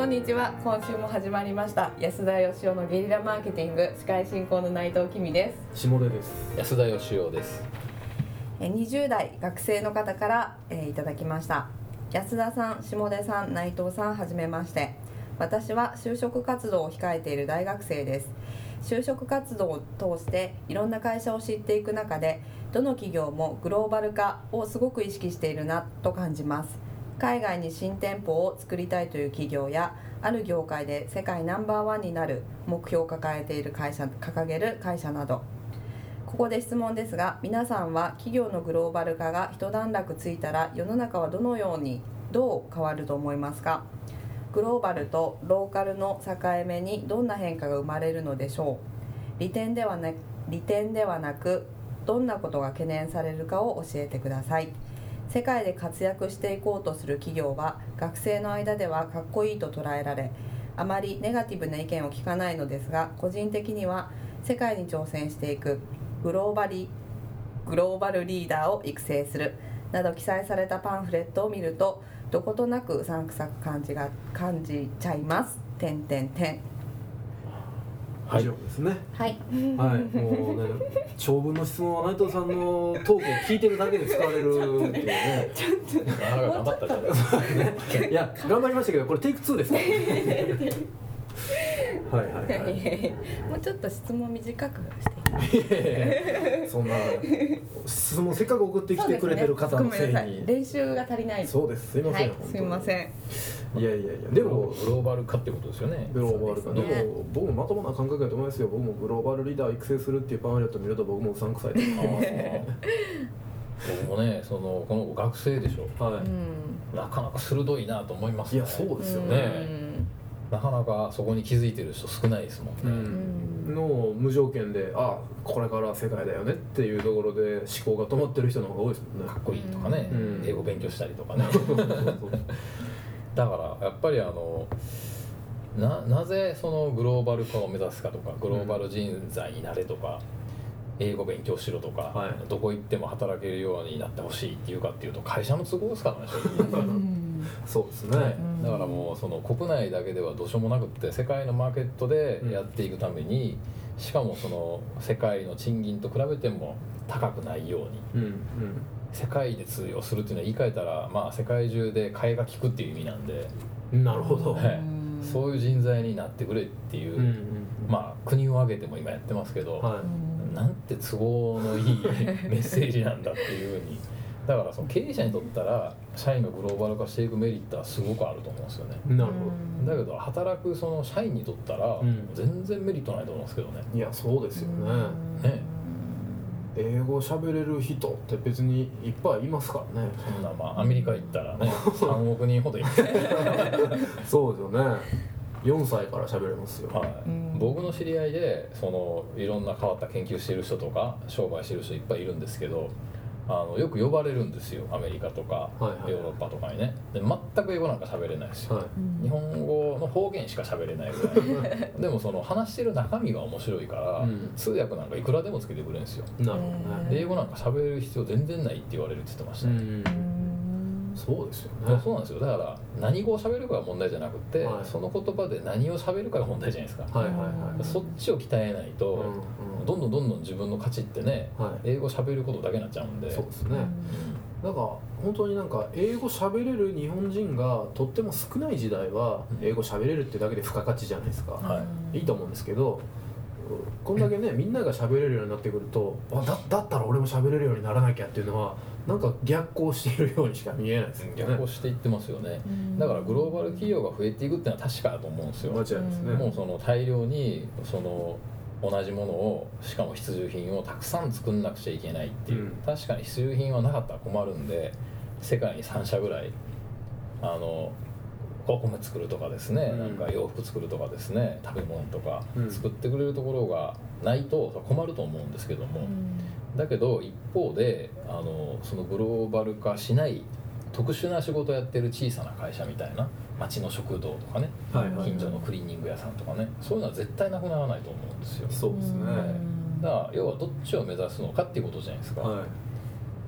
こんにちは。今週も始まりました安田義雄のゲリラマーケティング、司会進行の内藤君です。 下出です。 安田義雄です。 20代学生の方から、いただきました。安田さん、下出さん、内藤さん、はじめまして。私は就職活動を控えている大学生です。就職活動を通していろんな会社を知っていく中で、どの企業もグローバル化をすごく意識しているなと感じます。海外に新店舗を作りたいという企業や、ある業界で世界ナンバーワンになる目標を掲げる会社など。ここで質問ですが、皆さんは企業のグローバル化が一段落ついたら世の中はどう変わると思いますか？グローバルとローカルの境目にどんな変化が生まれるのでしょう？利点ではなくどんなことが懸念されるかを教えてください。世界で活躍していこうとする企業は学生の間ではかっこいいと捉えられ、あまりネガティブな意見を聞かないのですが、個人的には世界に挑戦していく、グローバルリーダーを育成するなど記載されたパンフレットを見ると、どことなくうさんくさく感じちゃいます。 以上ですね。 はい。 はい。もうね、長文の質問は内藤さんのトークを聞いてるだけで使われるっていうね。 頑張ったじゃないですか。 いや、頑張りましたけど、これテイク2ですからね。はい。 もうちょっと質問短くしてそんな質問せっかく送ってきてくれてる方のせいに、 練習が足りない。 そうです。すいません。 すいません。 いやでもグローバル化ってことですよね。 グローバル化、でも僕もまともな感覚だと思いますよ。僕もグローバルリーダーを育成するっていうパンフレットを見ると僕もうさんくさいです。 僕もね、この子学生でしょ。 はい。 なかなか鋭いなと思いますよね。 いや、そうですよね。 なかなかそこに気づいてる人少ないですもんね。 の無条件で、これから世界だよねっていうところで思考が止まってる人の方が多いですもんね。 かっこいいとかね、英語勉強したりとかね。だからやっぱりなぜそのグローバル化を目指すかとか、グローバル人材になれとか、英語勉強しろとか、どこ行っても働けるようになってほしいっていうかっていうと、会社の都合ですからね。 そうですね。 だからもうその国内だけではどうしようもなくって、世界のマーケットでやっていくために、しかもその世界の賃金と比べても高くないように、世界で通用するっていうのは言い換えたら、世界中で替えが利くっていう意味なんで。 なるほど。 そういう人材になってくれっていう、国を挙げても今やってますけど、なんて都合のいいメッセージなんだっていうふうに。だからその経営者にとったら社員がグローバル化していくメリットはすごくあると思うんですよね。 なるほど。だけど働くその社員にとったら全然メリットないと思うんですけどね。 いや、そうですよね。英語喋れる人って別にいっぱいいますからね。 そんなアメリカ行ったらね3億人ほどいますそうですよね。4歳から喋れますよ。 僕の知り合いでいろんな変わった研究してる人とか商売してる人いっぱいいるんですけど、よく呼ばれるんですよ、アメリカとかヨーロッパとかにね。で全く英語なんか喋れないですよ、日本語の方言しか喋れないぐらいでも話してる中身が面白いから、通訳なんかいくらでもつけてくれるんですよ。 なるほどね。 英語なんか喋れる必要全然ないって言われるって言ってましたね。 そうですよね。 そうなんですよ。だから何語を喋るかが問題じゃなくて、その言葉で何を喋るかが問題じゃないですか。そっちを鍛えないと、どんどん自分の価値ってね、英語喋ることだけになっちゃうんで。 そうですね。なんか本当に英語喋れる日本人がとっても少ない時代は、英語喋れるってだけで付加価値じゃないですか。いいと思うんですけど、こんだけねみんなが喋れるようになってくると、だったら俺も喋れるようにならなきゃっていうのはなんか逆行しているようにしか見えないですよね。 逆行していってますよね。だからグローバル企業が増えていくっていうのは確かだと思うんですよ。 間違いですね。 もう大量に同じものを、しかも必需品をたくさん作んなくちゃいけないっていう、確かに必需品はなかったら困るんで、世界に3社ぐらいお米作るとかですね、なんか洋服作るとかですね、食べ物とか作ってくれるところがないと困ると思うんですけども、だけど一方でそのグローバル化しない特殊な仕事をやってる小さな会社みたいな、町の食堂とかね、近所のクリーニング屋さんとかね、そういうのは絶対なくならないと思うんですよ。 そうですね。 だから要はどっちを目指すのかっていうことじゃないですか。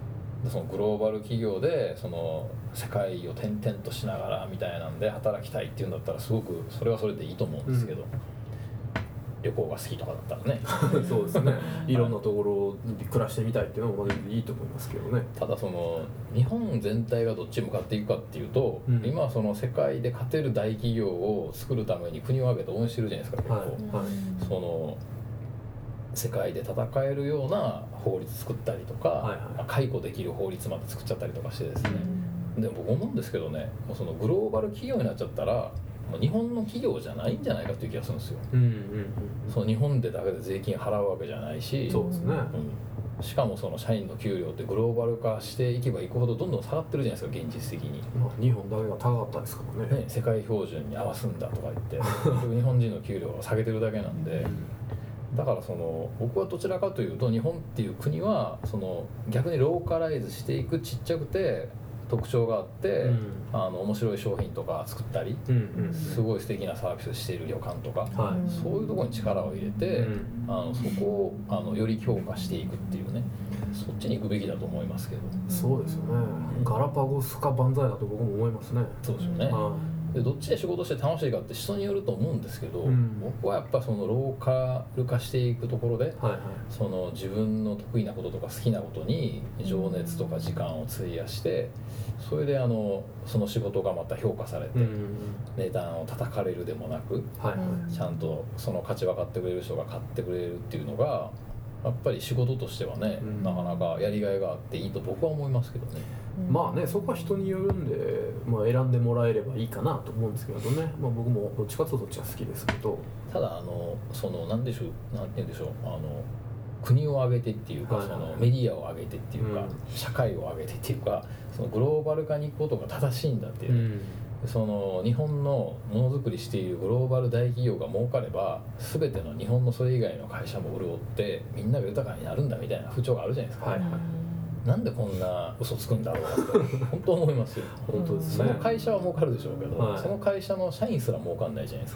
そのグローバル企業でその世界を転々としながらみたいなんで働きたいっていうんだったらすごくそれはそれでいいと思うんですけど、旅行が好きとかだったらねそうですね、いろんなところで暮らしてみたいっていうのもいいと思いますけどね。 ただその日本全体がどっちに向かっていくかっていうと、今はその世界で勝てる大企業を作るために国を挙げて応援してるじゃないですか、結構、その世界で戦えるような法律作ったりとか、解雇できる法律まで作っちゃったりとかしてですね、でも僕思うんですけどね、もうそのグローバル企業になっちゃったら日本の企業じゃないんじゃないかという気がするんですよ。その日本でだけで税金払うわけじゃないし、 そうですね、 しかもその社員の給料ってグローバル化していけばいくほどどんどん下がってるじゃないですか、現実的に。 日本だけが高かったですからね。 世界標準に合わすんだとか言って結局日本人の給料を下げてるだけなんで、だからその僕はどちらかというと日本っていう国はその逆にローカライズしていく、ちっちゃくて特徴があって、面白い商品とか作ったり、すごい素敵なサービスしている旅館とか、そういうところに力を入れて、そこをより強化していくっていうね、そっちに行くべきだと思いますけど。 そうですよね、ガラパゴス化万歳だと僕も思いますね。 そうですよね、でどっちで仕事して楽しいかって人によると思うんですけど、僕はやっぱそのローカル化していくところで、その自分の得意なこととか好きなことに情熱とか時間を費やして、それでその仕事がまた評価されて、値段を叩かれるでもなく、ちゃんとその価値分かってくれる人が買ってくれるっていうのがやっぱり仕事としてはね、なかなかやりがいがあっていいと僕は思いますけどね。 まあね、そこは人によるんで、選んでもらえればいいかなと思うんですけどね、僕もどっちかというとどっちが好きですけど、 ただそのなんて言うんでしょう、国を挙げてっていうか、そのメディアを挙げてっていうか、社会を挙げてっていうか、そのグローバル化に行くことが正しいんだっていうね、その日本のものづくりしているグローバル大企業が儲かれば全ての日本のそれ以外の会社も潤ってみんなが豊かになるんだみたいな風潮があるじゃないですか、なんでこんな嘘つくんだろうなって本当思いますよ。 本当ですね。 その会社は儲かるでしょうけど、その会社の社員すら儲かんないじゃないですか、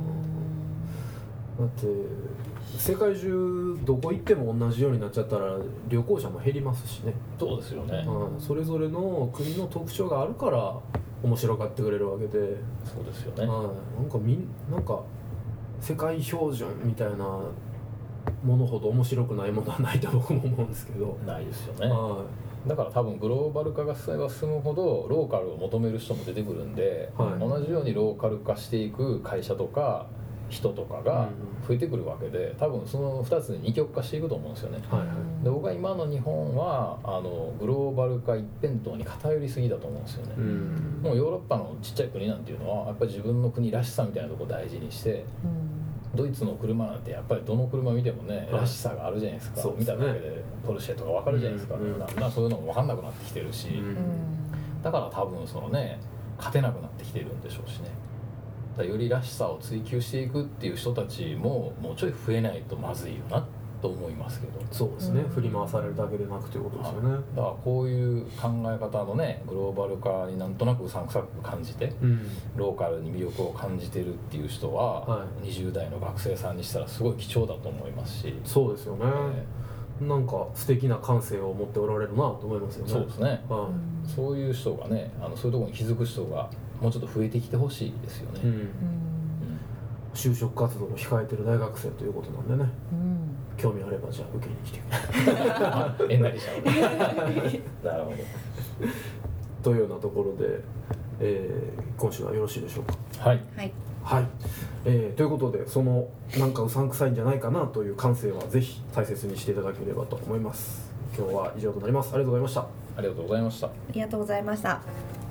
だって世界中どこ行っても同じようになっちゃったら旅行者も減りますしね。 そうですよね、 それぞれの国の特徴があるから面白がってくれるわけで。 そうですよね、 なんか世界標準みたいなものほど面白くないものはないと僕も思うんですけど。 ないですよね、だから多分グローバル化が進めば進むほどローカルを求める人も出てくるんで、同じようにローカル化していく会社とか人とかが増えてくるわけで、多分その2つに二極化していくと思うんですよね、で僕は今の日本はグローバル化一辺倒に偏りすぎだと思うんですよね、もうヨーロッパのちっちゃい国なんていうのはやっぱり自分の国らしさみたいなところを大事にして、ドイツの車なんてやっぱりどの車見てもね、らしさがあるじゃないですか、見ただけでポルシェとか分かるじゃないですか、そういうのも分かんなくなってきてるし、だから多分そのね勝てなくなってきてるんでしょうしね。よりらしさを追求していくっていう人たちももうちょい増えないとまずいよなと思いますけど。 そうですね、振り回されるだけでなくということですよね、 だからこういう考え方のねグローバル化になんとなくうさんくさく感じて、ローカルに魅力を感じてるっていう人は、20代の学生さんにしたらすごい貴重だと思いますし。 そうですよね、なんか素敵な感性を持っておられるなと思いますよね。 そうですね、そういう人がねそういうところに気づく人がもうちょっと増えてきてほしいですよね、 就職活動を控えてる大学生ということなんでね、興味あればじゃあ受けに来てくれえんなりしちゃうなるほどというようなところで、今週はよろしいでしょうか。ということで、そのなんかうさんくさいんじゃないかなという感性はぜひ大切にしていただければと思います。今日は以上となります。ありがとうございました。 ありがとうございました。 ありがとうございました。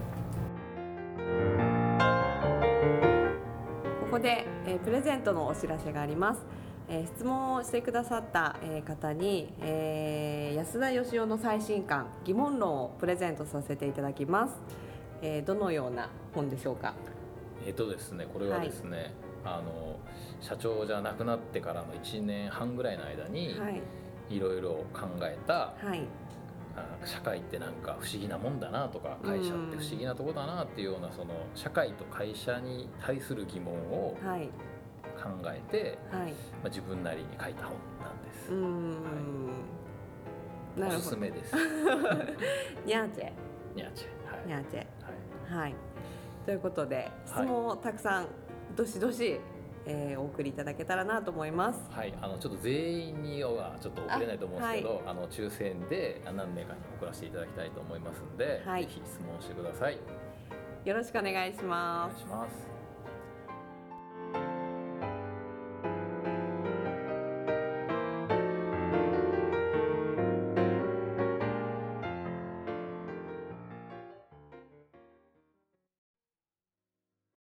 ここで、プレゼントのお知らせがあります。質問をしてくださった、方に、安田義雄の最新刊疑問論をプレゼントさせていただきます。どのような本でしょうか。 ですね、これはですね、社長じゃなくなってからの1年半ぐらいの間に、いろいろ考えた、社会ってなんか不思議なもんだなとか、会社って不思議なとこだなっていうような、その社会と会社に対する疑問を考えて、自分なりに書いた本なんです。 おすすめです。 ニャーチェニャーチェ、はい、 ニャーチェ、 はい、 はい、ということで質問をたくさんどしどし、お送りいただけたらなと思います。 はい、ちょっと全員にはちょっと送れないと思うんですけど、 はい、 抽選で何名かに送らせていただきたいと思いますので、 はい、 ぜひ質問してください。 よろしくお願いします。 お願いします。